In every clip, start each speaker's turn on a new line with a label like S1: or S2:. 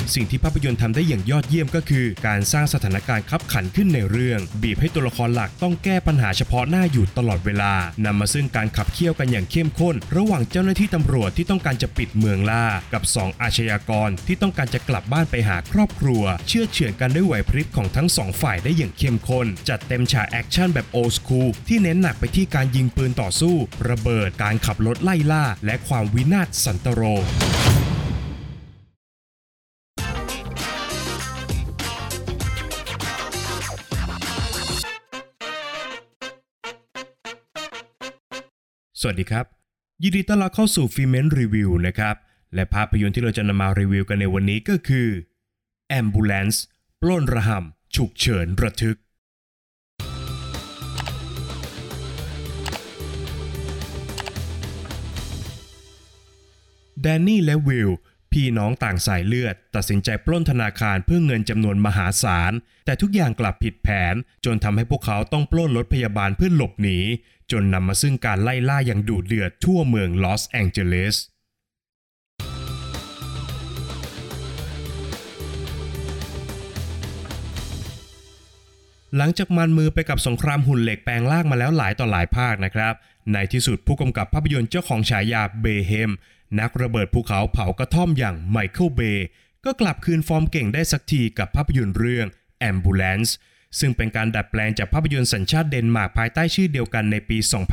S1: สิ่งที่ภาพยนตร์ทำได้อย่างยอดเยี่ยมก็คือการสร้างสถานการณ์คับขันขึ้นในเรื่องบีบให้ตัวละครหลักต้องแก้ปัญหาเฉพาะหน้าอยู่ตลอดเวลานำมาซึ่งการขับเคี่ยวกันอย่างเข้มข้นระหว่างเจ้าหน้าที่ตำรวจที่ต้องการจะปิดเมืองล่ากับ2อาชญากรที่ต้องการจะกลับบ้านไปหาครอบครัวเชื่อเฉือนกันด้วยไหวพริบของทั้ง2ฝ่ายได้อย่างเข้มข้นจัดเต็มฉากแอคชั่นแบบโอลด์สคูลที่เน้นหนักไปที่การยิงปืนต่อสู้ระเบิดการขับรถไล่ล่าและความวินาศสันตโรสวัสดีครับยินดีต้อนรับเข้าสู่ฟิเมนรีวิวนะครับและภาพยนตร์ที่เราจะนำมารีวิวกันในวันนี้ก็คือ Ambulance ปล้นระห่ำฉุกเฉินระทึกแดนนี่และวิลพี่น้องต่างสายเลือดตัดสินใจปล้นธนาคารเพื่อเงินจำนวนมหาศาลแต่ทุกอย่างกลับผิดแผนจนทำให้พวกเขาต้องปล้นรถพยาบาลเพื่อหลบหนีจนนำมาซึ่งการไล่ล่าอย่างดุเดือดทั่วเมืองลอสแองเจลิสหลังจากมันมือไปกับสงครามหุ่นเหล็กแปลงร่างมาแล้วหลายต่อหลายภาคนะครับในที่สุดผู้กำกับภาพยนตร์เจ้าของฉายาเบย์เฮมนักระเบิดภูเขาเผากระท่อมอย่างไมเคิลเบย์ก็กลับคืนฟอร์มเก่งได้สักทีกับภาพยนตร์เรื่อง Ambulance ซึ่งเป็นการดัดแปลงจากภาพยนตร์สัญชาติเดนมาร์กภายใต้ชื่อเดียวกันในปี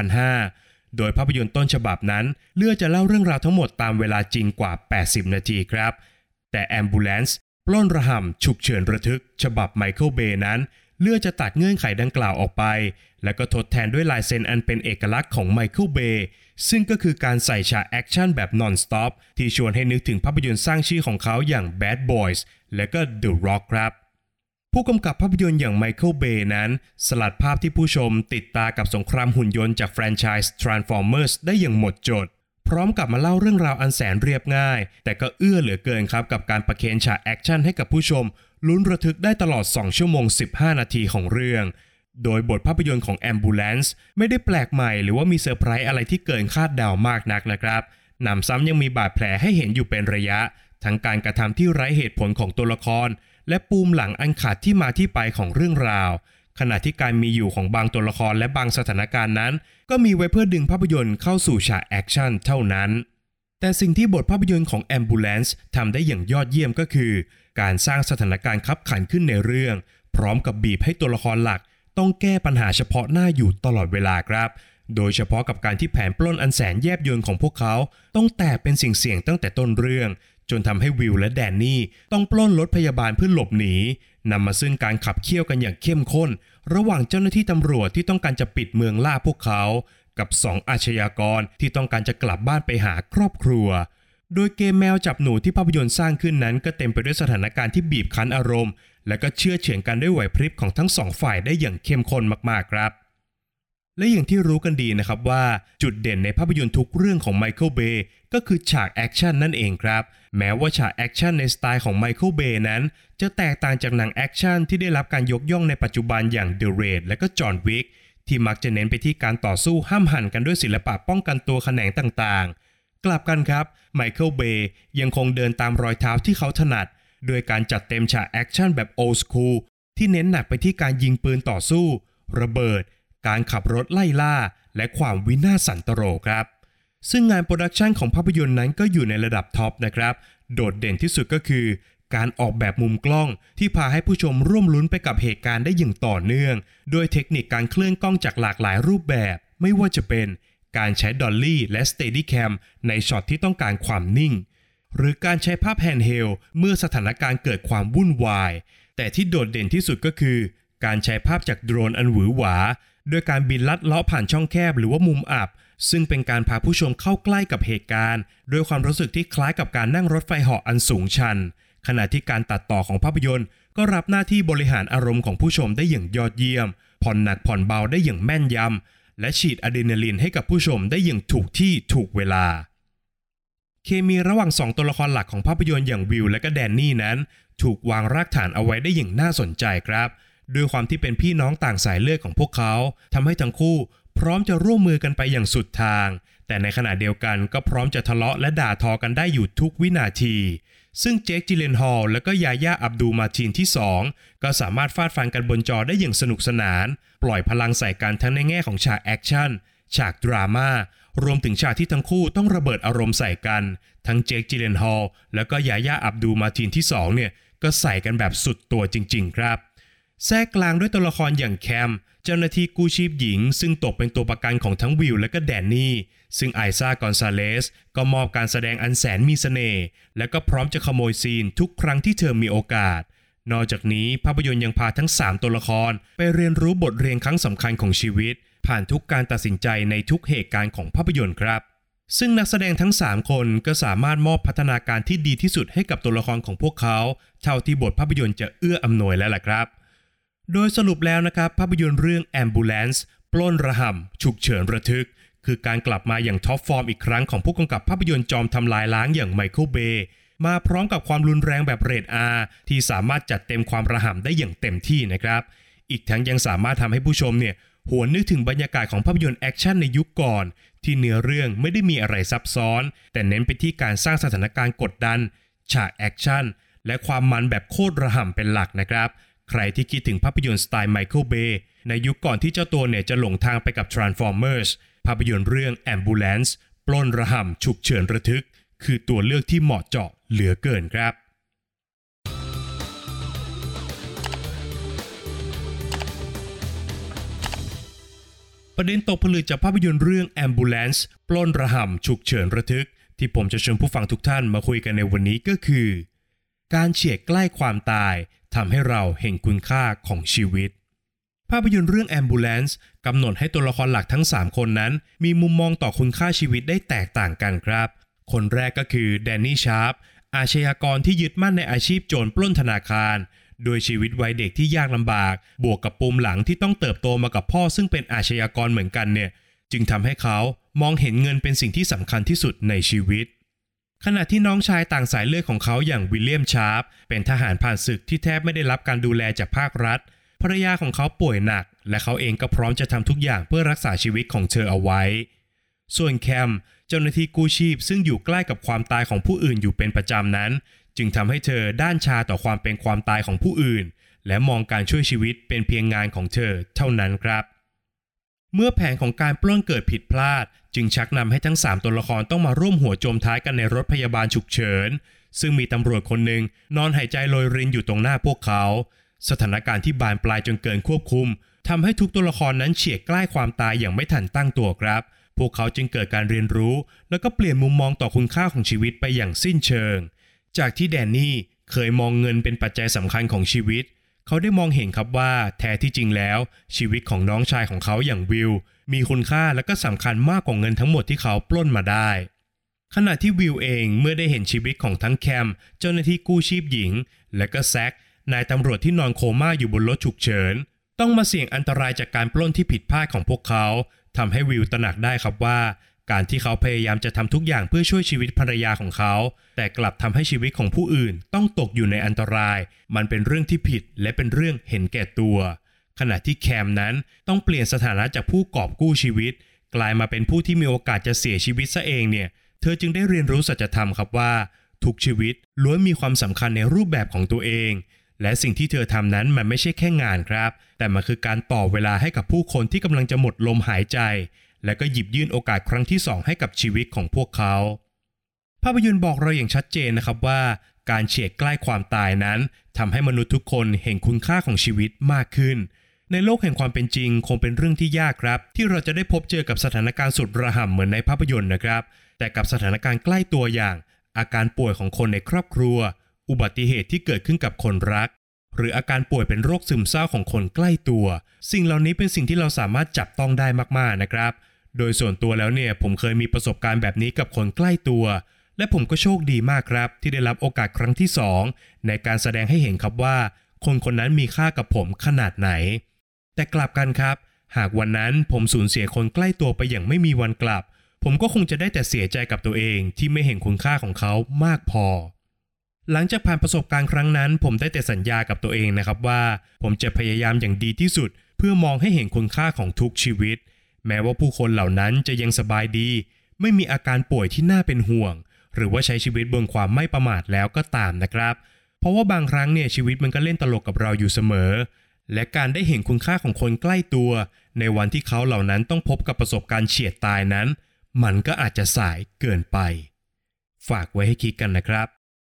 S1: 2005 โดยภาพยนตร์ต้นฉบับนั้นเลือกจะเล่าเรื่องราวทั้งหมดตามเวลาจริงกว่า 80 นาทีครับแต่ Ambulance ปล้นระห่ำฉุกเฉินระทึกฉบับไมเคิลเบย์นั้นเลือกจะตัดเงื่อนไขดังกล่าวออกไปและก็ทดแทนด้วยลายเซ็นอันเป็นเอกลักษณ์ของไมเคิลเบย์ซึ่งก็คือการใส่ฉากแอคชั่นแบบนอนสต็อปที่ชวนให้นึกถึงภาพยนตร์สร้างชื่อของเขาอย่าง Bad Boys และก็ The Rock ครับผู้กำกับภาพยนตร์อย่างไมเคิลเบย์นั้นสลัดภาพที่ผู้ชมติดตากับสงครามหุ่นยนต์จากแฟรนไชส์ Transformers ได้อย่างหมดจดพร้อมกับมาเล่าเรื่องราวอันแสนเรียบง่ายแต่ก็เอื้อเหลือเกินครับกับการประเคนฉากแอคชั่นให้กับผู้ชมลุ้นระทึกได้ตลอด2ชั่วโมง15นาทีของเรื่องโดยบทภาพยนตร์ของ Ambulance ไม่ได้แปลกใหม่หรือว่ามีเซอร์ไพรส์อะไรที่เกินคาดเดามากนักนะครับหนำซ้ำยังมีบาดแผลให้เห็นอยู่เป็นระยะทั้งการกระทำที่ไร้เหตุผลของตัวละครและปูมหลังอันขาดที่มาที่ไปของเรื่องราวขณะที่การมีอยู่ของบางตัวละครและบางสถานการณ์นั้นก็มีไว้เพื่อดึงภาพยนตร์เข้าสู่ฉากแอคชั่นเท่านั้นแต่สิ่งที่บทภาพยนตร์ของ Ambulance ทำได้อย่างยอดเยี่ยมก็คือการสร้างสถานการณ์คับขันขึ้นในเรื่องพร้อมกับบีบให้ตัวละครหลักต้องแก้ปัญหาเฉพาะหน้าอยู่ตลอดเวลาครับโดยเฉพาะกับการที่แผนปล้นอันแสนแยบยลของพวกเขาต้องแตกเป็นสิ่งเสี่ยงตั้งแต่ต้นเรื่องจนทำให้วิลและแดนนี่ต้องปล้นรถพยาบาลเพื่อหลบหนีนำมาซึ่งการขับเคี่ยวกันอย่างเข้มข้นระหว่างเจ้าหน้าที่ตำรวจที่ต้องการจะปิดเมืองล่าพวกเขากับ2อาชญากรที่ต้องการจะกลับบ้านไปหาครอบครัวโดยเกมแมวจับหนูที่ภาพยนตร์สร้างขึ้นนั้นก็เต็มไปด้วยสถานการณ์ที่บีบคั้นอารมณ์และก็เชื่อเฉือนกันด้วยไหวพริบของทั้งสองฝ่ายได้อย่างเข้มข้นมากๆครับและอย่างที่รู้กันดีนะครับว่าจุดเด่นในภาพยนตร์ทุกเรื่องของไมเคิลเบย์ก็คือฉากแอคชั่นนั่นเองครับแม้ว่าฉากแอคชั่นในสไตล์ของไมเคิลเบย์นั้นจะแตกต่างจากหนังแอคชั่นที่ได้รับการยกย่องในปัจจุบันอย่าง The Raid และก็ John Wick ที่มักจะเน้นไปที่การต่อสู้ห้ามหันกันด้วยศิลปะป้องกันตัวแขนงต่างๆกลับกันครับไมเคิลเบย์ยังคงเดินตามรอยเท้าที่เขาถนัดโดยการจัดเต็มฉากแอคชั่นแบบโอลด์สคูลที่เน้นหนักไปที่การยิงปืนต่อสู้ระเบิดการขับรถไล่ล่าและความวินาศสันตโรครับซึ่งงานโปรดักชันของภาพยนตร์นั้นก็อยู่ในระดับท็อปนะครับโดดเด่นที่สุดก็คือการออกแบบมุมกล้องที่พาให้ผู้ชมร่วมลุ้นไปกับเหตุการณ์ได้อย่างต่อเนื่องโดยเทคนิคการเคลื่อนกล้องจากหลากหลายรูปแบบไม่ว่าจะเป็นการใช้ดอลลี่และสเตดี้แคมในช็อตที่ต้องการความนิ่งหรือการใช้ภาพแฮนด์เฮลเมื่อสถานการณ์เกิดความวุ่นวายแต่ที่โดดเด่นที่สุดก็คือการใช้ภาพจากโดรนอันหวือหวาโดยการบินลัดเลาะผ่านช่องแคบหรือว่ามุมอับซึ่งเป็นการพาผู้ชมเข้าใกล้กับเหตุการณ์โดยความรู้สึกที่คล้ายกับการนั่งรถไฟเหาะอันสูงชันขณะที่การตัดต่อของภาพยนตร์ก็รับหน้าที่บริหารอารมณ์ของผู้ชมได้อย่างยอดเยี่ยมผ่อนหนักผ่อนเบาได้อย่างแม่นยำและฉีดอะดรีนาลินให้กับผู้ชมได้อย่างถูกที่ถูกเวลาเคมีระหว่าง2ตัวละครหลักของภาพยนตร์อย่างวิลและก็แดนนี่นั้นถูกวางรากฐานเอาไว้ได้อย่างน่าสนใจครับด้วยความที่เป็นพี่น้องต่างสายเลือดของพวกเขาทำให้ทั้งคู่พร้อมจะร่วมมือกันไปอย่างสุดทางแต่ในขณะเดียวกันก็พร้อมจะทะเลาะและด่าทอกันได้อยู่ทุกวินาทีซึ่งเจค จิเลนฮอลและก็ยาย่า อับดูล มาทีนที่2ก็สามารถฟาดฟันกันบนจอได้อย่างสนุกสนานปล่อยพลังใส่กันทั้งในแง่ของฉากแอคชั่นฉากดราม่ารวมถึงฉากที่ทั้งคู่ต้องระเบิดอารมณ์ใส่กันทั้งเจค จิเลนฮอลและก็ยาย่า อับดูล มาทีนที่2เนี่ยก็ใส่กันแบบสุดตัวจริงๆครับแทรกกลางด้วยตัวละครอย่างแคมเจ้าหน้าที่กู้ชีพหญิงซึ่งตกเป็นตัวประกันของทั้งวิลและก็แดนนี่ซึ่งไอซ่า กอนซาเลสก็มอบการแสดงอันแสนมีเสน่ห์และก็พร้อมจะขโมยซีนทุกครั้งที่เธอมีโอกาสนอกจากนี้ภาพยนตร์ยังพาทั้ง3ตัวละครไปเรียนรู้บทเรียนครั้งสำคัญของชีวิตผ่านทุกการตัดสินใจในทุกเหตุการณ์ของภาพยนตร์ครับซึ่งนักแสดงทั้ง3คนก็สามารถมอบพัฒนาการที่ดีที่สุดให้กับตัวละครของพวกเขาเท่าที่บทภาพยนตร์จะเอื้ออำนวยแล้วล่ะครับโดยสรุปแล้วนะครับภาพยนตร์เรื่อง Ambulance ปล้นระห่ำฉุกเฉินระทึกคือการกลับมาอย่างท็อปฟอร์มอีกครั้งของผู้กำกับภาพยนตร์จอมทำลายล้างอย่างไมเคิลเบย์มาพร้อมกับความรุนแรงแบบเรท R ที่สามารถจัดเต็มความระห่ำได้อย่างเต็มที่นะครับอีกทั้งยังสามารถทำให้ผู้ชมเนี่ยหวนนึกถึงบรรยากาศของภาพยนตร์แอคชั่นในยุคก่อนที่เนื้อเรื่องไม่ได้มีอะไรซับซ้อนแต่เน้นไปที่การสร้างสถานการณ์กดดันฉากแอคชั่นและความมันแบบโคตรระห่ำเป็นหลักนะครับใครที่คิดถึงภาพยนตร์สไตล์ไมเคิลเบย์ในยุคก่อนที่เจ้าตัวเนี่ยจะหลงทางไปกับ Transformers ภาพยนตร์เรื่อง Ambulance ปล้นระห่ำฉุกเฉินระทึกคือตัวเลือกที่เหมาะเจาะเหลือเกินครับประเด็นตกผลึกจากภาพยนตร์เรื่อง Ambulance ปล้นระห่ำฉุกเฉินระทึกที่ผมจะเชิญผู้ฟังทุกท่านมาคุยกันในวันนี้ก็คือการเฉียดใกล้ความตายทำให้เราเห็นคุณค่าของชีวิตภาพยนตร์เรื่อง Ambulance กำหนดให้ตัวละครหลักทั้ง3คนนั้นมีมุมมองต่อคุณค่าชีวิตได้แตกต่างกันครับคนแรกก็คือแดนนี่ชาร์ปอาชญากรที่ยึดมั่นในอาชีพโจรปล้นธนาคารโดยชีวิตวัยเด็กที่ยากลำบากบวกกับปมหลังที่ต้องเติบโตมากับพ่อซึ่งเป็นอาชญากรเหมือนกันเนี่ยจึงทำให้เขามองเห็นเงินเป็นสิ่งที่สำคัญที่สุดในชีวิตขณะที่น้องชายต่างสายเลือดของเขาอย่างวิลเลียมชาร์ปเป็นทหารผ่านศึกที่แทบไม่ได้รับการดูแลจากภาครัฐภรรยาของเขาป่วยหนักและเขาเองก็พร้อมจะทำทุกอย่างเพื่อรักษาชีวิตของเธอเอาไว้ส่วนแคมเจ้าหน้าที่กู้ชีพซึ่งอยู่ใกล้กับความตายของผู้อื่นอยู่เป็นประจำนั้นจึงทำให้เธอด้านชาต่อความเป็นความตายของผู้อื่นและมองการช่วยชีวิตเป็นเพียงงานของเธอเท่านั้นครับเมื่อแผนของการปล้นเกิดผิดพลาดจึงชักนำให้ทั้ง3ตัวละครต้องมาร่วมหัวโจมท้ายกันในรถพยาบาลฉุกเฉินซึ่งมีตำรวจคนหนึ่งนอนหายใจโรยรินอยู่ตรงหน้าพวกเขาสถานการณ์ที่บานปลายจนเกินควบคุมทำให้ทุกตัวละครนั้นเฉียดใกล้ความตายอย่างไม่ทันตั้งตัวครับพวกเขาจึงเกิดการเรียนรู้แล้วก็เปลี่ยนมุมมองต่อคุณค่าของชีวิตไปอย่างสิ้นเชิงจากที่แดนนี่เคยมองเงินเป็นปัจจัยสำคัญของชีวิตเขาได้มองเห็นครับว่าแท้ที่จริงแล้วชีวิตของน้องชายของเขาอย่างวิลมีคุณค่าและก็สำคัญมากกว่าเงินทั้งหมดที่เขาปล้นมาได้ขณะที่วิลเองเมื่อได้เห็นชีวิตของทั้งแคมเจ้าหน้าที่กู้ชีพหญิงและก็แซคนายตำรวจที่นอนโคม่าอยู่บนรถฉุกเฉินต้องมาเสี่ยงอันตรายจากการปล้นที่ผิดพลาดของพวกเขาทำให้วิลตระหนักได้ครับว่าการที่เขาพยายามจะทำทุกอย่างเพื่อช่วยชีวิตภรรยาของเขาแต่กลับทำให้ชีวิตของผู้อื่นต้องตกอยู่ในอันตรายมันเป็นเรื่องที่ผิดและเป็นเรื่องเห็นแก่ตัวขณะที่แคมนั้นต้องเปลี่ยนสถานะจากผู้กอบกู้ชีวิตกลายมาเป็นผู้ที่มีโอกาสจะเสียชีวิตซะเองเนี่ยเธอจึงได้เรียนรู้สัจธรรมครับว่าทุกชีวิตล้วนมีความสำคัญในรูปแบบของตัวเองและสิ่งที่เธอทำนั้นมันไม่ใช่แค่งานครับแต่มันคือการต่อเวลาให้กับผู้คนที่กำลังจะหมดลมหายใจและก็หยิบยื่นโอกาสครั้งที่2ให้กับชีวิตของพวกเขาภาพยนตร์บอกเราอย่างชัดเจนนะครับว่าการเฉียดใกล้ความตายนั้นทำให้มนุษย์ทุกคนเห็นคุณค่าของชีวิตมากขึ้นในโลกแห่งความเป็นจริงคงเป็นเรื่องที่ยากครับที่เราจะได้พบเจอกับสถานการณ์สุดระห่ำเหมือนในภาพยนตร์นะครับแต่กับสถานการณ์ใกล้ตัวอย่างอาการป่วยของคนในครอบครัวอุบัติเหตุที่เกิดขึ้นกับคนรักหรืออาการป่วยเป็นโรคซึมเศร้าของคนใกล้ตัวสิ่งเหล่านี้เป็นสิ่งที่เราสามารถจับต้องได้มากๆนะครับโดยส่วนตัวแล้วเนี่ยผมเคยมีประสบการณ์แบบนี้กับคนใกล้ตัวและผมก็โชคดีมากครับที่ได้รับโอกาสครั้งที่2ในการแสดงให้เห็นครับว่าคนคนนั้นมีค่ากับผมขนาดไหนแต่กลับกันครับหากวันนั้นผมสูญเสียคนใกล้ตัวไปอย่างไม่มีวันกลับผมก็คงจะได้แต่เสียใจกับตัวเองที่ไม่เห็นคุณค่าของเขามากพอหลังจากผ่านประสบการณ์ครั้งนั้นผมได้แต่สัญญากับตัวเองนะครับว่าผมจะพยายามอย่างดีที่สุดเพื่อมองให้เห็นคุณค่าของทุกชีวิตแม้ว่าผู้คนเหล่านั้นจะยังสบายดีไม่มีอาการป่วยที่น่าเป็นห่วงหรือว่าใช้ชีวิตบนความไม่ประมาทแล้วก็ตามนะครับเพราะว่าบางครั้งเนี่ยชีวิตมันก็เล่นตลกกับเราอยู่เสมอและการได้เห็นคุณค่าของคนใกล้ตัวในวันที่เขาเหล่านั้นต้องพบกับประสบการณ์เฉียดตายนั้นมันก็อาจจะสายเกินไปฝากไว้ให้คิดกันนะครับ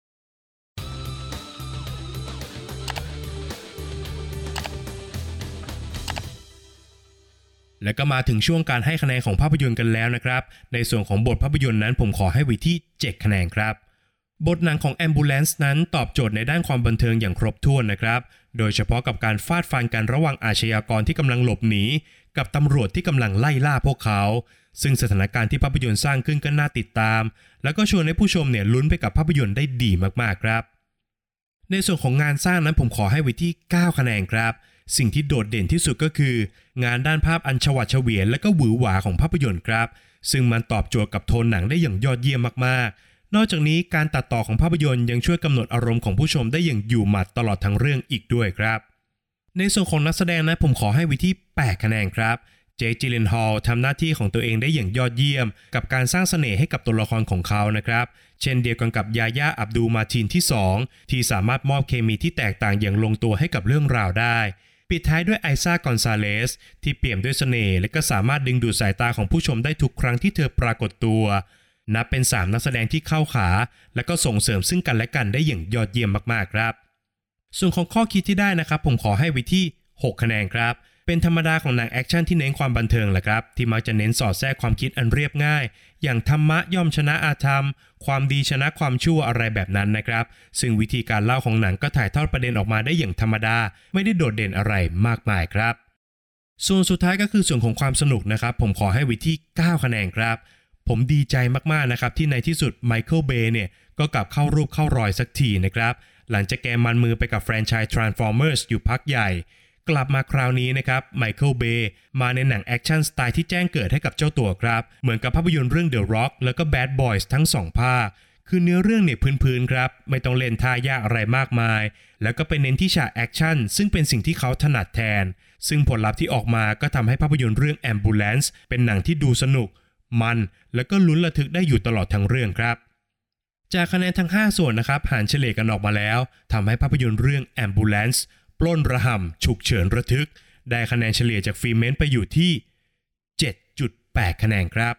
S1: และก็มาถึงช่วงการให้คะแนนของภาพยนตร์กันแล้วนะครับในส่วนของบทภาพยนตร์นั้นผมขอให้ไว้ที่7คะแนนครับบทหนังของ Ambulance นั้นตอบโจทย์ในด้านความบันเทิงอย่างครบถ้วนนะครับโดยเฉพาะกับการฟาดฟันกันระหว่างอาชญากรที่กำลังหลบหนีกับตำรวจที่กำลังไล่ล่าพวกเขาซึ่งสถานการณ์ที่ภาพยนตร์สร้างขึ้นก็น่าติดตามแล้วก็ชวนให้ผู้ชมเนี่ยลุ้นไปกับภาพยนตร์ได้ดีมากๆครับในส่วนของงานสร้างนั้นผมขอให้ไว้ที่9คะแนนครับสิ่งที่โดดเด่นที่สุดก็คืองานด้านภาพอันฉวัดเฉวียนและก็หวือหวาของภาพยนตร์ครับซึ่งมันตอบโจทย์กับโทนหนังได้อย่างยอดเยี่ยมมากๆนอกจากนี้การตัดต่อของภาพยนตร์ยังช่วยกำหนดอารมณ์ของผู้ชมได้อย่างอยู่หมัดตลอดทั้งเรื่องอีกด้วยครับในส่วนของนักแสดงนะผมขอให้ไว้ที่8คะแนนครับเจค จิลเลนฮอลทำหน้าที่ของตัวเองได้อย่างยอดเยี่ยมกับการสร้างเสน่ห์ให้กับตัวละครของเขานะครับเช่นเดียวกันกับยาย่า อับดุล มาทีนที่2ที่สามารถมอบเคมีที่แตกต่างอย่างลงตัวให้กับเรื่องราวได้ปิดท้ายด้วยไอซ่า กอนซาเลสที่เปี่ยมด้วยเสน่ห์และก็สามารถดึงดูดสายตาของผู้ชมได้ทุกครั้งที่เธอปรากฏตัวนับเป็น3นักแสดงที่เข้าขาและก็ส่งเสริมซึ่งกันและกันได้อย่างยอดเยี่ยมมากๆครับส่วนของข้อคิดที่ได้นะครับผมขอให้ไว้ที่6คะแนนครับเป็นธรรมดาของหนังแอคชั่นที่เน้นความบันเทิงแหละครับที่มักจะเน้นสอดแทรกความคิดอันเรียบง่ายอย่างธรรมะย่อมชนะอาธรรมความดีชนะความชั่วอะไรแบบนั้นนะครับซึ่งวิธีการเล่าของหนังก็ถ่ายทอดประเด็นออกมาได้อย่างธรรมดาไม่ได้โดดเด่นอะไรมากมายครับส่วนสุดท้ายก็คือส่วนของความสนุกนะครับผมขอให้ไว้ที่9คะแนนครับผมดีใจมากๆนะครับที่ในที่สุดไมเคิลเบย์เนี่ยก็กลับเข้ารูปเข้ารอยสักทีนะครับหลังจากแกมันมือไปกับแฟรนไชส์ Transformers อยู่พักใหญ่กลับมาคราวนี้นะครับไมเคิลเบย์มาในหนังแอคชั่นสไตล์ที่แจ้งเกิดให้กับเจ้าตัวครับเหมือนกับภาพยนตร์เรื่อง The Rock แล้วก็ Bad Boys ทั้ง2ภาคคือเนื้อเรื่องเนี่ยพื้นๆครับไม่ต้องเล่นท่ายากอะไรมากมายแล้วก็ไปเน้นที่ฉากแอคชั่นซึ่งเป็นสิ่งที่เขาถนัดแทนซึ่งผลลัพธ์ที่ออกมาก็ทำให้ภาพยนตร์เรื่อง Ambulance เป็นหนังที่ดูสนุกมันแล้วก็ลุ้นระทึกได้อยู่ตลอดทั้งเรื่องครับจากคะแนนทั้ง5ส่วนนะครับหารเฉลี่ยกันออกมาแล้วทำให้ภาพยนตร์เรื่อง Ambulance ปล้นระห่ำฉุกเฉินระทึกได้คะแนนเฉลี่ยจากฟิเมนต์ไปอยู่ที่ 7.8 คะแนนครับ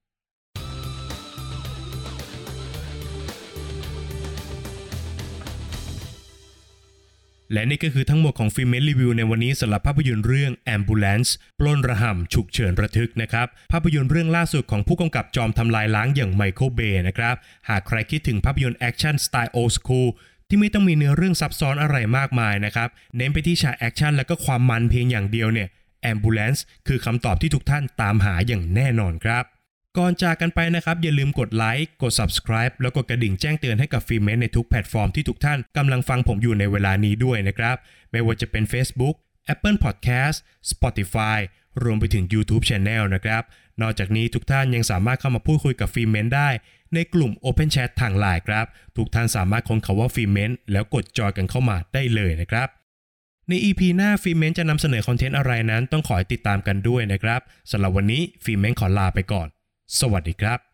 S1: และนี่ก็คือทั้งหมดของฟิเมนต์รีวิวในวันนี้สำหรับภาพยนตร์เรื่อง Ambulance ปล้นระห่ำฉุกเฉินระทึกนะครับภาพยนตร์เรื่องล่าสุดของผู้กำกับจอมทำลายล้างอย่างไมเคิลเบย์นะครับหากใครคิดถึงภาพยนตร์แอคชั่นสไตล์โอลด์สคูลที่ไม่ต้องมีเนื้อเรื่องซับซ้อนอะไรมากมายนะครับเน้นไปที่ฉากแอคชั่นและก็ความมันเพียงอย่างเดียวเนี่ย Ambulance คือคำตอบที่ทุกท่านตามหาอย่างแน่นอนครับก่อนจากกันไปนะครับอย่าลืมกดไลค์กด Subscribe แล้วก็กระดิ่งแจ้งเตือนให้กับฟิเมนต์ในทุกแพลตฟอร์มที่ทุกท่านกำลังฟังผมอยู่ในเวลานี้ด้วยนะครับไม่ว่าจะเป็น Facebook Apple Podcast Spotify รวมไปถึง YouTube Channel นะครับนอกจากนี้ทุกท่านยังสามารถเข้ามาพูดคุยกับฟิเมนต์ได้ในกลุ่ม Open Chat ทาง LINE ครับทุกท่านสามารถค้นคำว่าฟิเมนต์แล้วกดจอยกันเข้ามาได้เลยนะครับใน EP หน้าฟิเมนต์จะนำเสนอคอนเทนต์อะไรนั้นต้องขอให้ติดตามกันด้วยนะครับสำหรับวันนี้ฟิเมนต์ขอลาไปก่อนสวัสดีครับ